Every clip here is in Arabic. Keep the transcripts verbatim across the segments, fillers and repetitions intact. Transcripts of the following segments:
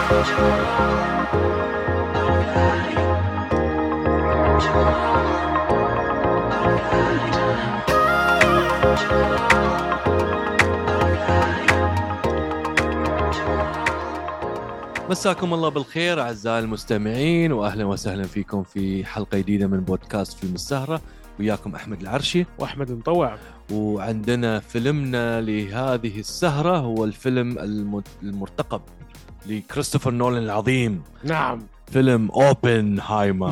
مساكم الله بالخير أعزائي المستمعين، وأهلا وسهلا فيكم في حلقة جديدة من بودكاست فيلم السهرة. وياكم أحمد العرشي وأحمد مطوع، وعندنا فيلمنا لهذه السهرة هو الفيلم المرتقب لكريستوفر نولان العظيم. نعم، فيلم أوبنهايمر.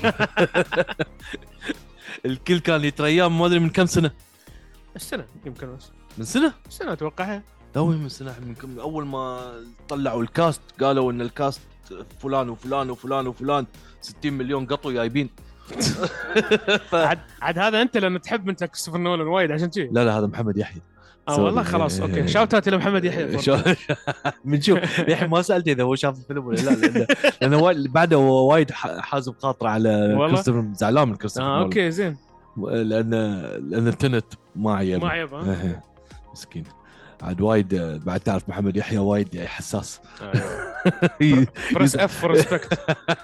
الكل كان يترياه ما أدري من كم سنة. السنة يمكن بس من سنة سنة أتوقعها توي من سنة من أول ما طلعوا الكاست قالوا إن الكاست فلان وفلان وفلان وفلان ستين مليون قطو جايبين. ف... عاد عاد هذا أنت لأن تحب أنت كريستوفر نولان وايد عشان شيء. لا لا هذا محمد يحيى. اه والله خلاص اوكي شاوت اوت لمحمد يحيى. بنشوف يحيى ما سألته إذا هو شاف الفيلم ولا لا، لأنه لأنه بعده هو وايد حازم خاطره على كريستوفر، زعلان من كريستوفر اه اوكي زين، لأن لأن التنت ما عيب ما عيب مسكين. عاد وايد بعد تعرف محمد يحيى وايد حساس. بريس اف فور ريسبكت.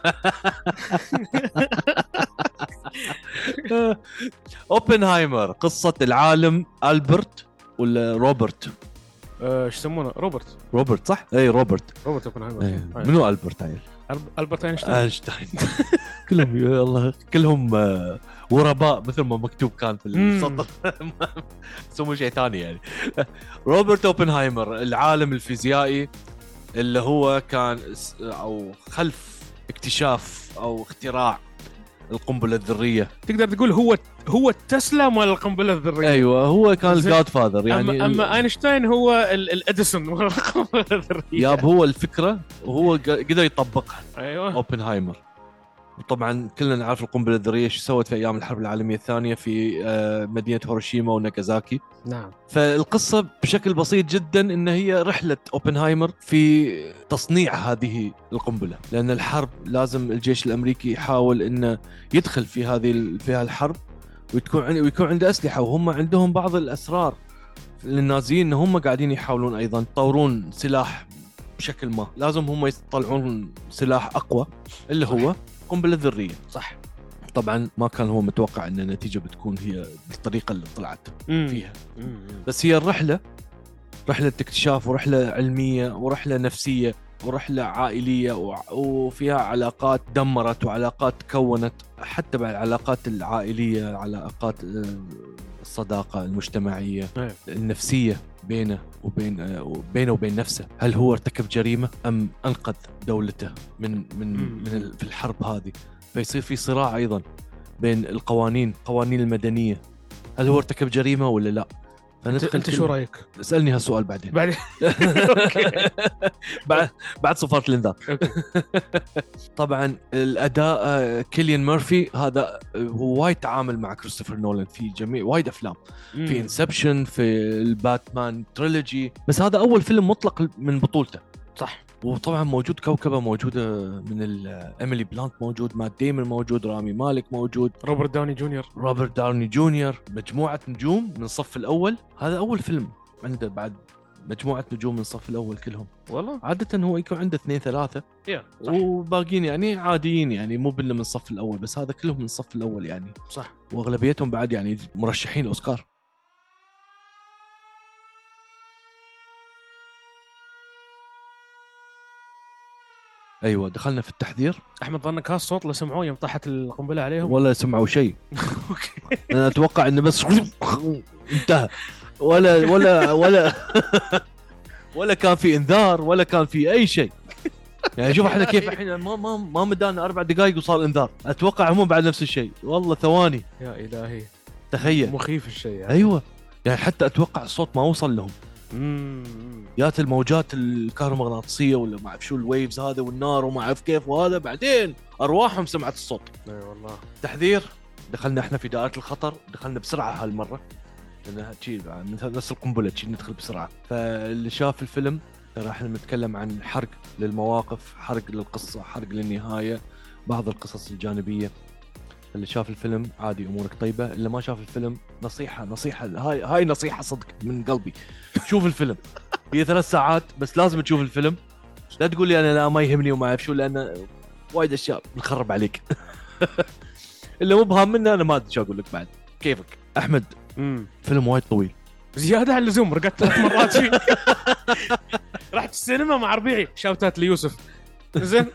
اوبنهايمر قصة العالم ألبرت ولا روبرت؟ ايش يسمونه؟ روبرت روبرت صح؟ اي روبرت روبرت اوبنهايمر. منو ألبرت عيل؟ ألبرت اينشتاين. اينشتاين. كلهم يا الله كلهم غرباء مثل ما مكتوب كان في السطر. سمو شيء ثاني يعني. روبرت اوبنهايمر العالم الفيزيائي اللي هو كان او خلف اكتشاف او اختراع القنبلة الذرية. تقدر تقول هو هو تسلا مال القنبلة الذرية. ايوه هو كان الجاد فاذر يعني. اما, أما اينشتاين هو الاديسون مال القنبلة الذرية. ياب هو الفكرة وهو قدر يطبقها. ايوه اوبنهايمر. وطبعا كلنا نعرف القنبلة الذرية شو سوت في أيام الحرب العالمية الثانية في مدينة هيروشيما وناغازاكي. نعم. فالقصة بشكل بسيط جدا إن هي رحلة أوبنهايمر في تصنيع هذه القنبلة، لأن الحرب لازم الجيش الأمريكي يحاول إنه يدخل في هذه في هالحرب ويكون ويكون عنده أسلحة، وهم عندهم بعض الأسرار للنازيين إن هم قاعدين يحاولون أيضا يطورون سلاح بشكل ما، لازم هم يطلعون سلاح أقوى اللي هو قنبلة ذرية. صح. طبعا ما كان هو متوقع ان النتيجة بتكون هي بالطريقة اللي طلعت مم. فيها. مم. بس هي الرحلة رحلة اكتشاف ورحلة علمية ورحلة نفسية ورحلة عائلية وفيها علاقات دمرت وعلاقات كونت، حتى بعد العلاقات العائلية، علاقات الصداقة المجتمعية، النفسية بينه وبين بينه وبين نفسه. هل هو ارتكب جريمة أم أنقذ دولته من من من في الحرب هذه؟ فيصير في صراع أيضا بين القوانين قوانين المدنية، هل هو ارتكب جريمة ولا لا؟ أنت شو رأيك؟ اسألني هالسؤال بعدين. بعدين. بعد بعد صفارة الإنذار. طبعا الأداء كيليان ميرفي هذا هو وايد تعامل مع كريستوفر نولان في جميع وايد أفلام، في إنسبشن، في الباتمان تريلوجي، بس هذا أول فيلم مطلق من بطولته. صح. وطبعا موجود كوكبة موجودة من إيميلي بلانت موجود، مات ديمون موجود، رامي مالك موجود، روبرت داوني جونيور روبرت داوني جونيور مجموعة نجوم من الصف الأول. هذا أول فيلم عنده بعد مجموعة نجوم من الصف الأول كلهم. والله عادة هو يكون عنده اثنين ثلاثة yeah, وباقين يعني عاديين يعني مو بالله من الصف الأول، بس هذا كلهم من الصف الأول يعني. صح. وأغلبيتهم بعد يعني مرشحين أوسكار. ايوه دخلنا في التحذير. احمد ظنك هالصوت اللي سمعوه يوم طاحت القنبله عليهم؟ ولا سمعوا شيء. انا اتوقع انه بس انتهى، ولا ولا ولا ولا كان في انذار ولا كان في اي شيء. يعني شوف احنا كيف الحين ما ما ما مدانا اربع دقائق وصار انذار. اتوقع هم بعد نفس الشيء والله ثواني. يا الهي تخيل مخيف الشيء يعني. ايوه يعني حتى اتوقع الصوت ما وصل لهم. امم جات الموجات الكهرومغناطيسيه ولا ما اعرف شو الويفز هذا والنار وما اعرف كيف، وهذا بعدين ارواحهم سمعت الصوت. اي والله. تحذير. دخلنا احنا في دائره الخطر، دخلنا بسرعه هالمره لانها شيء نفس القنبله شيء ندخل بسرعه. فاللي شاف الفيلم راح نتكلم عن حرق للمواقف، حرق للقصه، حرق للنهايه، بعض القصص الجانبيه. اللي شاف الفيلم عادي امورك طيبه، اللي ما شاف الفيلم نصيحه نصيحه هاي هاي نصيحه صدق من قلبي. شوف الفيلم، هي ثلاث ساعات بس لازم تشوف الفيلم لا تقول لي انا لا ما يهمني وما اعرف شو، لان وايد اشياء بنخرب عليك. اللي مو بهام منه انا ما ادري شو اقول لك بعد. كيفك احمد؟ امم فيلم وايد طويل زياده عن اللزوم، رقدت ثلاث مرات فيه. رحت السينما مع ربيعي، شاوتات ليوسف. زين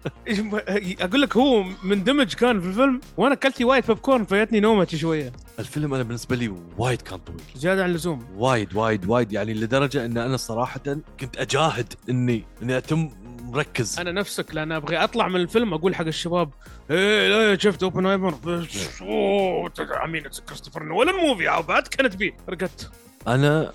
اقول لك هو مندمج كان في الفيلم، وانا اكلت وايد بوب كورن فيتني نومه شويه. الفيلم انا بالنسبه لي وايد كان طويل زياده عن اللزوم، وايد وايد وايد، يعني لدرجه ان انا صراحه كنت اجاهد اني اني اتم مركز. انا نفسك، لان ابغى اطلع من الفيلم اقول حق الشباب ايه لا شفت اوبنهايمر، اوه امين كريستوفر نولان موفي او بعد كانت بي رقدت. انا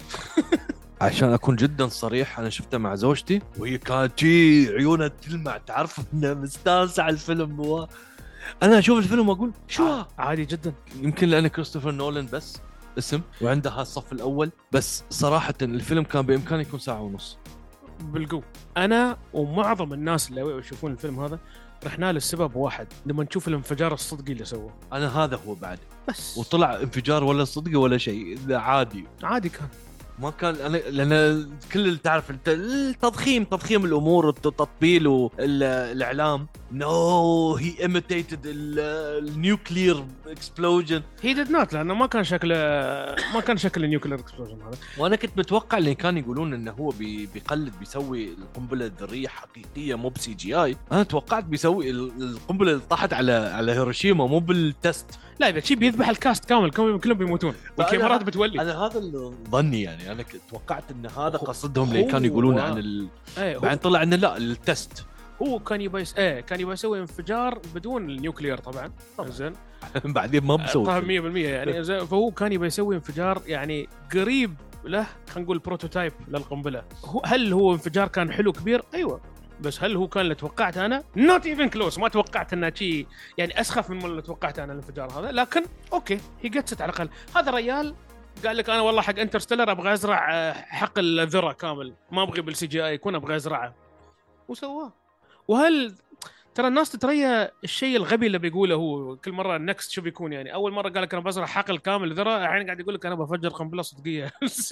عشان اكون جدا صريح انا شفته مع زوجتي وهي كانت جي عيونها تلمع، تعرف انها مستانسه على الفيلم. و... انا اشوف الفيلم واقول شو عادي جدا. يمكن لان كريستوفر نولان بس اسم وعنده هالصف الاول، بس صراحه الفيلم كان بامكانه يكون ساعه ونص بالقوة. انا ومعظم الناس اللي يشوفون الفيلم هذا رحنا للسبب واحد، لما نشوف الانفجار الصدقي اللي سووه. انا هذا هو بعد بس وطلع انفجار ولا صدقي ولا شيء، عادي عادي كان ما كان. انا لان كل اللي تعرف انت التضخيم تضخيم الامور والتطبيل والاعلام، نو هي ايميتيتد النيوكلير اكسبلوجن. هي ديد نوت، لانه ما كان شكله ما كان شكل النيوكلير اكسبلوجن هذا. وانا كنت متوقع اللي كانوا يقولون انه هو بي بيقلد بيسوي القنبله الذريه حقيقيه مو بسي جي اي. انا توقعت بيسوي القنبله اللي طاحت على على هيروشيما مو بالتست. لا يبقى شيء بيذبح الكاست كامل كلهم بيموتون والكاميرات بتولي. انا هذا اللي ظني، يعني انا توقعت ان هذا قصدهم اللي كانوا يقولون عن ال... ايه بعدين طلع انه لا التست هو كان يبي ايه كان يبي يسوي انفجار بدون النيوكليير طبعا. زين بعدين ما بسوي طبعا مية بالمية يعني زين. فهو كان يبي يسوي انفجار يعني قريب له، خلينا نقول بروتوتايب للقنبله. هل هو انفجار كان حلو كبير؟ ايوه، بس هل هو كان اللي توقعت انا؟ نوت ايفن كلوز. ما توقعت انه شيء يعني اسخف من اللي توقعت انا الانفجار هذا، لكن اوكي هي جت على الاقل. هذا الرجال قال لك انا والله حق انترستيلر ابغى ازرع حق الذره كامل، ما ابغي بالسي جي اي يكون، ابغى ازرعه وسواه. وهل ترى الناس تتريا الشيء الغبي اللي بيقوله هو كل مره النكست شو بيكون؟ يعني اول مره قال لك انا بزرع حقل كامل ذره، الحين قاعد يقول لك انا بفجر قنبله صدقيه.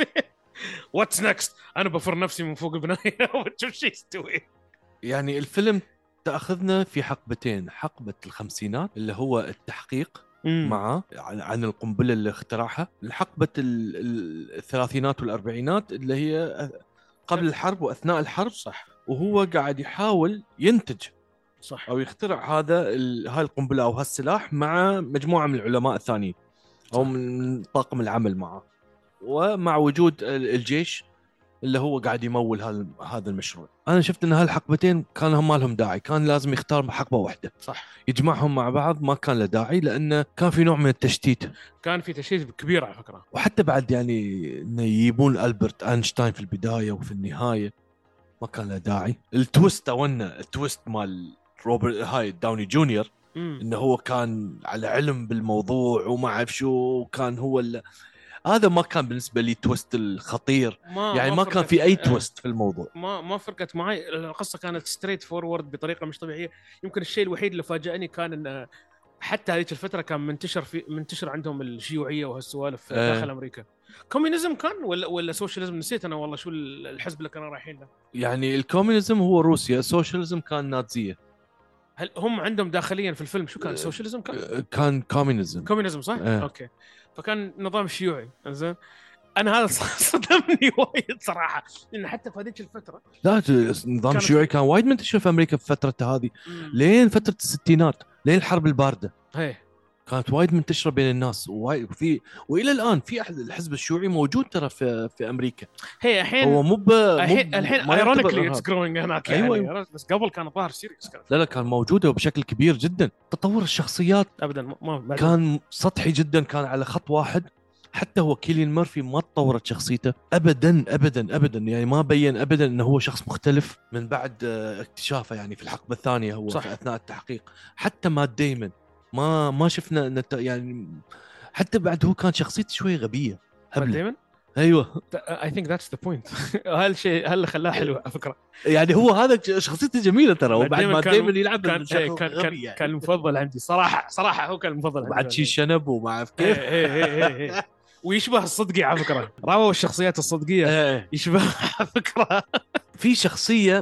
واتس نكست؟ انا بفر نفسي من فوق بنايه وتشوف شيء يستوي. يعني الفيلم تاخذنا في حقبتين، حقبه الخمسينات اللي هو التحقيق مم. معه عن القنبله اللي اخترعها، الحقبه الثلاثينات والاربعينات اللي هي قبل الحرب واثناء الحرب. صح. وهو قاعد يحاول ينتج صح او يخترع هذا هاي القنبله او هالسلاح مع مجموعه من العلماء الثانيين او من طاقم العمل معه، ومع وجود الجيش اللي هو قاعد يمول هذا المشروع. انا شفت ان هالحقبتين كان هم ما لهم داعي، كان لازم يختار حقبه واحده صح يجمعهم مع بعض، ما كان له داعي لانه كان في نوع من التشتيت. كان في تشتيت كبير على فكره. وحتى بعد يعني انه يجيبون ألبرت أينشتاين في البدايه وفي النهايه ما كان له داعي. التويست اونا التويست مال روبرت هاي داوني جونيور مم. انه هو كان على علم بالموضوع وما اعرف شو، كان هو ال... هذا ما كان بالنسبه لي تويست الخطير. ما يعني ما, ما كان في اي تويست في الموضوع. ما ما فرقت معي. القصه كانت ستريت فورورد بطريقه مش طبيعيه. يمكن الشيء الوحيد اللي فاجأني كان ان حتى هذيك الفتره كان منتشر في منتشر عندهم الشيوعيه وهالسوالف أه. داخل امريكا. كوميونيزم كان ولا ولا سوشياليزم؟ نسيت انا والله شو الحزب اللي كانوا رايحين له. يعني الكوميونيزم هو روسيا، السوشياليزم كان نازيه. هل هم عندهم داخليا في الفيلم شو كان؟ السوشياليزم كان كان كوميونيزم. كوميونيزم صح؟ أه. اوكي. فكان نظام شيوعي. زين انا هذا صدمني وايد صراحه، لان حتى في هذيك الفتره لا النظام الشيوعي كان وايد منتشر في امريكا في فترته هذه، مم. لين فتره الستينات، لين الحرب البارده. هي كانت وايد منتشره بين الناس، وفي والى الان في احد الحزب الشيوعي موجود ترى في في امريكا. هي الحين هو مو الحين الحين ايرونيكلي اتس جروينج هناك. أيوة يعني أيوة. بس قبل كان ظاهر سيريس. لا لا كان موجوده وبشكل كبير جدا. تطور الشخصيات ابدا ما, ما كان سطحي جدا، كان على خط واحد. حتى هو كيليان ميرفي ما تطورت شخصيته ابدا ابدا ابدا، يعني ما بين ابدا انه هو شخص مختلف من بعد اكتشافه يعني في الحقبه الثانيه هو صح. في اثناء التحقيق. حتى مات دايمون ما ما شفنا انه يعني حتى بعد هو كان شخصيته شوي غبيه مات دايمون. ايوه اي ثينك ذاتس ذا بوينت. هالشيء هل خلاه حلو على فكره. يعني هو هذا شخصيته جميله ترى، وبعد ما دايمون يلعب كان كان كان, غبي يعني. كان المفضل عندي صراحه صراحه. هو كان المفضل عندي بعد شي شنب وما اعرف كيف. هي هي هي هي. ويشبه الصدقي على فكره. راووا الشخصيات الصدقيه يشبه على فكره. في شخصيه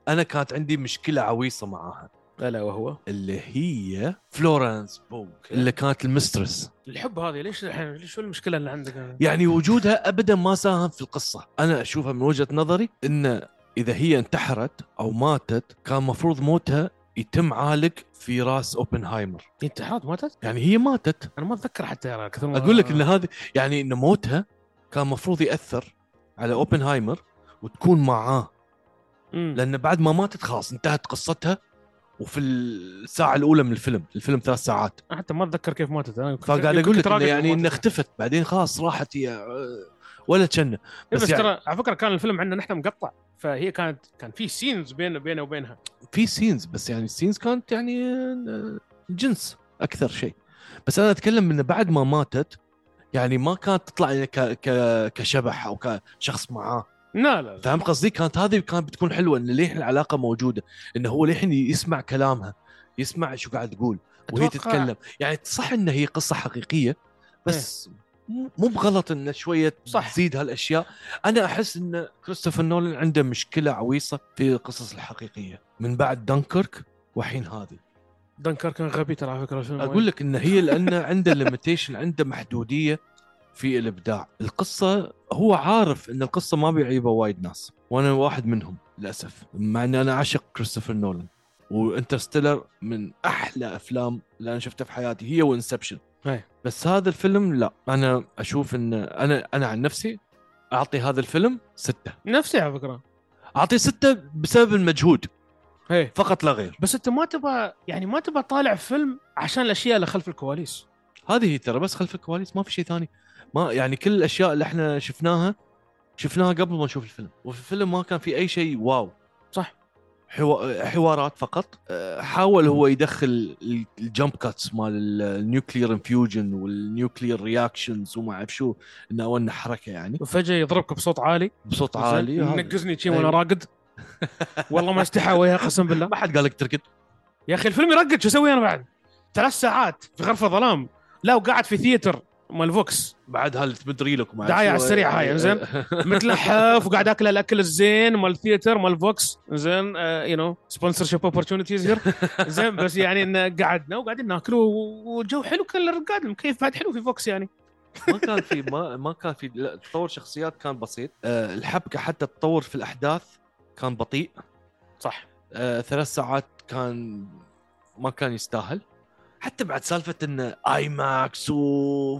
انا كانت عندي مشكله عويصه معاها، الا وهو اللي هي فلورنس بوغ اللي كانت المسترس. الحب هذه ليش الحين ليش شو المشكله اللي عندك؟ يعني وجودها ابدا ما ساهم في القصه. انا اشوفها من وجهه نظري ان اذا هي انتحرت او ماتت كان مفروض موتها يتم عالق في راس اوبنهايمر. انتحرت ماتت؟ يعني هي ماتت، انا ما اتذكر حتى يا كثر ما اقول لك ان هذه يعني ان موتها كان مفروض ياثر على اوبنهايمر وتكون معاه، مم. لان بعد ما ماتت خلاص انتهت قصتها. وفي الساعه الاولى من الفيلم، الفيلم ثلاث ساعات، أنا حتى ما اتذكر كيف ماتت. انا كنت- فقاعد يمكن اقول لك كنت إنه راقد يعني وماتت. انها اختفت بعدين خلاص راحت هي آه، ولا كنا. بس, بس يعني ترى على فكره كان الفيلم عندنا نحن مقطع، فهي كانت كان في سينز بين بينه وبينها. في سينز، بس يعني السينز كانت يعني آه، جنس اكثر شيء. بس انا اتكلم انه بعد ما ماتت يعني ما كانت تطلع ك... ك... كشبح او كشخص معاه. لا لا, لا. فهم قصدي؟ كانت هذه كانت بتكون حلوه ان ليه العلاقه موجوده، انه هو ليه يسمع كلامها، يسمع شو قاعد تقول وهي أتوقع- تتكلم. يعني صح ان هي قصه حقيقيه، بس مو مو بغلط ان شويه صح. تزيد هالاشياء. انا احس ان كريستوفر نولان عنده مشكله عويصه في القصص الحقيقيه من بعد دانكيرك وحين هذه. دنكر كان غبي ترى على فكره الفيلم. اقول لك ان هي لان عنده ليميتيشن، عنده محدوديه في الابداع. القصه هو عارف ان القصه ما بيعيبها وايد ناس، وانا واحد منهم للاسف، مع ان انا اعشق كريستوفر نولان. وانترستيلر من احلى افلام اللي انا شفتها في حياتي، هي وانسبشن. أي. بس هذا الفيلم لا، انا اشوف ان انا انا عن نفسي اعطي هذا الفيلم ستة. نفسي على فكره اعطي ستة بسبب المجهود هي. فقط لا غير. بس انت ما تبغى يعني ما تبغى طالع فيلم عشان الاشياء اللي خلف الكواليس. هذه ترى بس خلف الكواليس، ما في شيء ثاني. ما يعني كل الاشياء اللي احنا شفناها شفناها قبل ما نشوف الفيلم، وفي الفيلم ما كان في اي شيء واو. صح. حوا... حوارات فقط. أه، حاول هو يدخل الجمب كاتس مال النيوكلير انفيوجن والنيوكلير رياكشنز وما اعرف شو، انه اولنا حركه يعني وفجاه يضربك بصوت عالي بصوت عالي. هذا- نقزني شي وانا أيوة. راقد. والله ما استحى وياها قسم بالله. ما حد قال لك تركض. يا اخي الفيلم يرقد، شو اسوي انا بعد ثلاث ساعات في غرفه ظلام؟ لا وقاعد في ثياتر مال فوكس بعد هالتمدري لك وما دعايه على السريع هاي زين، متلحف وقاعد اكل الاكل الزين مال الثياتر مال فوكس زين، يو نو سبونسر شيب اوبورتونيتيز هير زين. بس يعني ان قعدنا وقاعدين ناكل والجو حلو، كان الرقاد المكيف بعد حلو في فوكس يعني. ما كان في ما ما كان في لا، تطور شخصيات كان بسيط. أه الحبكه حتى التطور في الاحداث كان بطيء. صح. أه ثلاث ساعات كان ما كان يستاهل. حتى بعد سالفه انه اي ماكس و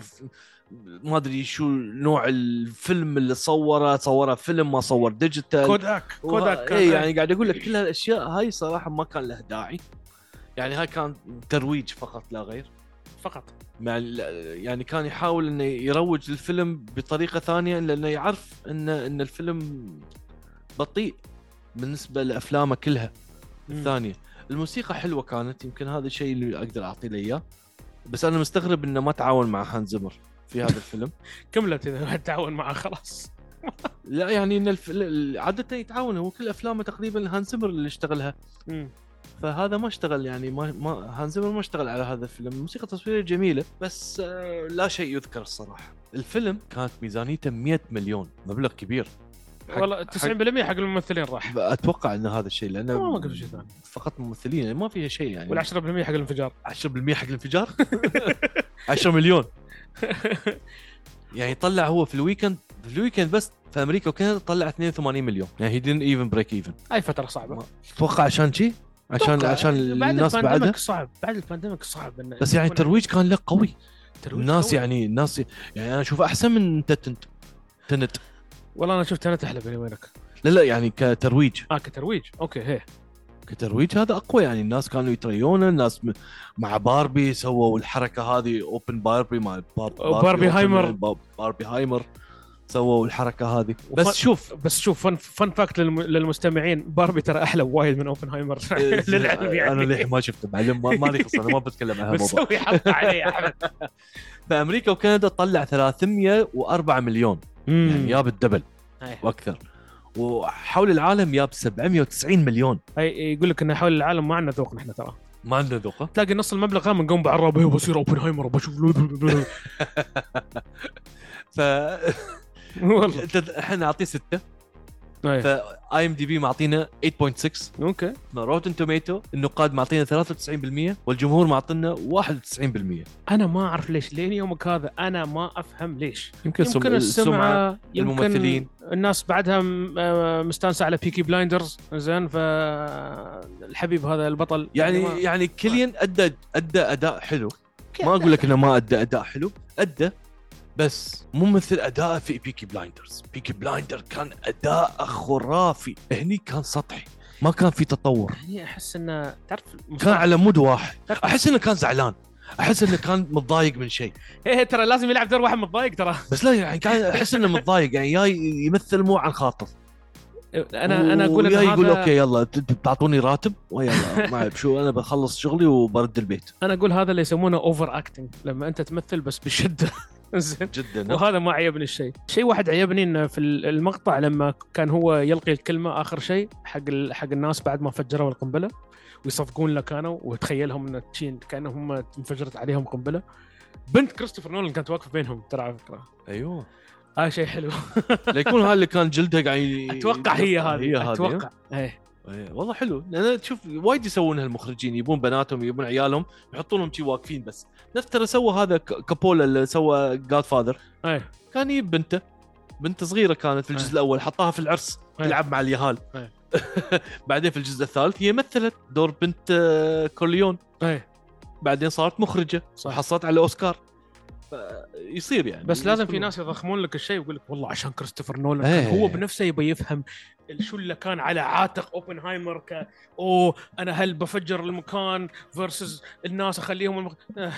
ما ادري شو نوع الفيلم اللي صوره صوره فيلم ما صور ديجيتال كوداك كوداك كان ايه يعني قاعد اقول لك كل هالاشياء هاي صراحه ما كان لها داعي. يعني هاي كان ترويج فقط لا غير. فقط مع يعني كان يحاول انه يروج للفيلم بطريقه ثانيه، لانه يعرف ان ان الفيلم بطيء بالنسبه لافلامه كلها الثانيه. الموسيقى حلوه كانت، يمكن هذا الشيء اللي اقدر اعطي له اياه. بس انا مستغرب انه ما تعاون مع هانز زيمر في هذا الفيلم. كملت اذا تعاون معه خلاص. لا يعني ان الف... عاده يتعاون، هو كل افلامه تقريبا هانز زيمر اللي اشتغلها. مم. فهذا ما اشتغل يعني ما, ما هانز زيمر ما اشتغل على هذا الفيلم. الموسيقى التصويريه جميله بس آه لا شيء يذكر الصراحه. الفيلم كانت ميزانيته مئة مليون، مبلغ كبير. والله تسعين بالمئة حق الممثلين راح. اتوقع ان هذا الشيء لانه ما قلت شيء ثاني، فقط ممثلين يعني ما فيها شيء يعني. ولا عشرة بالمئة حق الانفجار. عشرة بالمئة حق الانفجار. عشرة مليون. يعني طلع هو في الويكند في الويكند بس في امريكا وكندا طلع اثنين وثمانين مليون. يعني هي didn't even break even. هاي فتره صعبه. اتوقع عشان شيء عشان عشان الناس بعدها صعب. بعد البانديميك صعب. بس يعني الترويج كان له قوي. الناس قوي. يعني الناس يعني انا اشوف احسن من تنت تنت. والله انا شفت انا تحلى بيني وبينك. لا لا يعني كترويج. اه كترويج اوكي. هي كترويج هذا اقوى. يعني الناس كانوا يتريونه. الناس م... مع باربي سووا الحركه هذه اوبن باربي مع باربي, باربي هايمر. باربي هايمر سووا الحركه هذه. بس وفن... شوف بس شوف فن فن فاكت للم... للمستمعين، باربي ترى احلى وايد من اوبنهايمر. للعلم يعني انا ليه ما شفته معلم ما لي قصه، انا ما بتكلم عن هالموضوع. بتسوي حلقه عليه يا احمد. فامريكا وكندا طلع ثلاثمئة وأربعة مليون. يعني ياب الدبل واكثر. وحول العالم ياب سبعمئة وتسعين مليون. اي يقول لك ان حول العالم ما عندنا ذوق نحن ترى. ما عندنا ذوق. تلاقي نص المبلغ قام نقوم بعرابه وبصير اوبنهايمر وبشوف. ف والله احنا نعطيه ستة أيه. فاي ام دي بي معطينا ثمانية فاصلة ستة، اوكي. روتن توميتو النقاد معطينا ثلاثة وتسعين بالمية والجمهور معطينا واحد وتسعين بالمية. انا ما اعرف ليش لين يومك هذا انا ما افهم ليش. يمكن, يمكن السمعه، يمكن الممثلين، الناس بعدها مستانسه على بيكي بلايندرز زين، فالحبيب هذا البطل يعني يعني, يعني كيليان ادى ادى اداء حلو، ما اقول لك انه ما ادى اداء حلو، ادى، بس مو مثل اداء في بيكي بلايندرز. بيكي بلايندر كان اداء خرافي، هني كان سطحي، ما كان في تطور. يعني احس انه تعرف كان على مود واحد، احس انه كان زعلان، احس انه كان متضايق من شيء. ايه ترى لازم يلعب دور واحد متضايق ترى، بس لا يعني كان احس انه متضايق، يعني جاي يمثل مو عن خاطر. انا انا اقول انه يقول هذا... اوكي يلا بتعطوني راتب ويلا ما أعرف شو، انا بخلص شغلي وبرد البيت. انا اقول هذا اللي يسمونه اوفر اكتنج، لما انت تمثل بس بشده. زين جدا. وهذا ما عيبني الشيء. شيء واحد عيبني انه في المقطع لما كان هو يلقي الكلمه اخر شيء حق حق الناس بعد ما فجروا القنبله ويصفقون له كانوا، وتخيلهم ان تشين كانهم هم انفجرت عليهم قنبله، بنت كريستوفر نولان كانت واقفه بينهم ترى على فكره. ايوه هذا شيء حلو. ليكون هذا اللي كان جلدها قاعد اتوقع هي هذه، اتوقع ايه والله حلو. لأن تشوف وايد يسوون هالمخرجين، يبون بناتهم يبون عيالهم يحطونهم شي واقفين بس. نفس ترى سوى هذا كابولا اللي سوى جاد فاذر، ايه كان يجيب بنته، بنت صغيره كانت في الجزء أيه. الاول حطها في العرس أيه. تلعب مع اليهال. أيه. بعدين في الجزء الثالث هي مثلت دور بنت كورليون، ايه بعدين صارت مخرجه وحصلت على اوسكار. يصير يعني، بس لازم في ناس يضخمون لك الشيء ويقول لك والله عشان كريستوفر نولان ايه. كان هو بنفسه يبي يفهم شو اللي كان على عاتق اوبنهايمر، ك او انا هل بفجر المكان فيرسز الناس اخليهم المك... آه.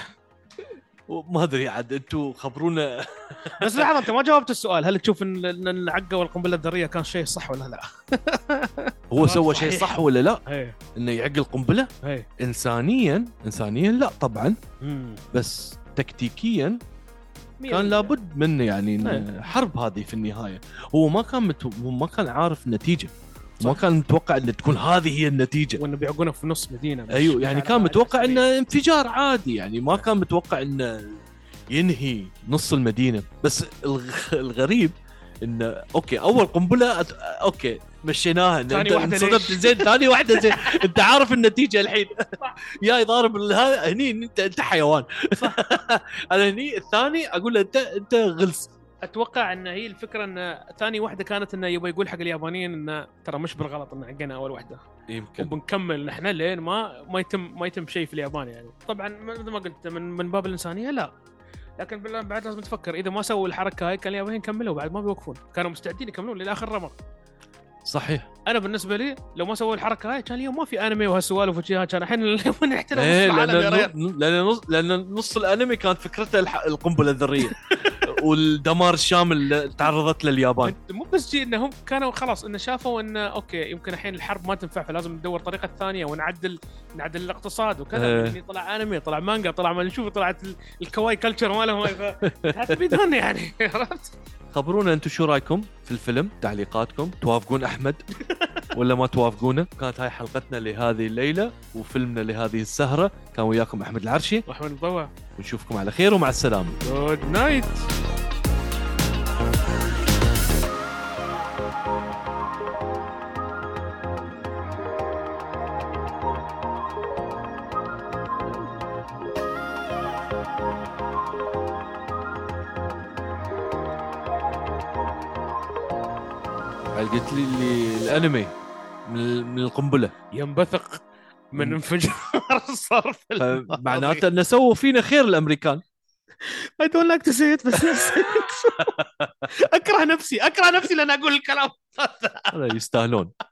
ما ادري عاد انتم خبرونا. بس لحظه انت ما جاوبت السؤال، هل تشوف ان العقه والقنبله الذريه كان شيء صح ولا لا؟ هو سوى شيء صح ولا لا؟ ايه. انه يعق القنبله؟ ايه. انسانيا انسانيا لا طبعا. مم. بس تكتيكيا كان لابد منه، يعني ايه. حرب هذه في النهايه. هو ما كان مت... هو ما كان عارف النتيجه، ما كان متوقع ان تكون هذه هي النتيجه، وانه بيعقونه في نص مدينه. ايوه يعني كان متوقع انه انفجار عادي، يعني ما كان متوقع انه ينهي نص المدينه. بس الغريب انه اوكي اول قنبله أت... اوكي مشيناها، ثاني واحده صدمت زين، ثاني واحده زين. انت عارف النتيجه الحين. يا يضارب هذا هني انت انت حيوان. انا هني الثاني اقول له انت انت غلس. اتوقع ان هي الفكره ان ثاني واحده كانت انه يبغى يقول حق اليابانيين انه ترى مش بالغلط ان عقنا اول واحده، يمكن وبنكمل نحن لين ما ما يتم ما يتم شيء في اليابان. يعني طبعا مثل ما قلت من من باب الانسانيه لا، لكن بعد لازم تفكر اذا ما سووا الحركه هاي كان اليابانيين كملوا بعد ما بيوقفون، كانوا مستعدين يكملون للاخر رمق. صحيح. انا بالنسبه لي لو ما سووا الحركه هاي كان اليوم ما في انمي وهالسوالف وشيها، كان الحين اليوم نحترم ايه لان لان نص لان نص الانمي كانت فكرته القنبله الذريه والدمار الشامل اللي تعرضت له اليابان. مو بس شيء انهم كانوا خلاص انه شافوا انه اوكي يمكن الحين الحرب ما تنفع، فلازم ندور طريقه ثانيه ونعدل نعدل الاقتصاد وكذا. اه. يعني طلع انمي، طلع مانجا، طلع ما نشوف، طلعت الكواي كلتشر مالهم. هتبيدون يعني. عرفت؟ خبرونا انتم شو رايكم في الفيلم، تعليقاتكم، توافقون احمد ولا ما توافقونه. كانت هاي حلقتنا لهذه الليله وفيلمنا لهذه السهره، كان وياكم احمد العرشي واحمد الضوء، ونشوفكم على خير ومع السلامه. جود نايت. قلت لي اللي الانمي من من القنبله ينبثق من انفجار الصرف، معناته ان سووا فينا خير الامريكان. I don't like to say it بس اكره نفسي اكره نفسي لان اقول الكلام هذا يستاهلون.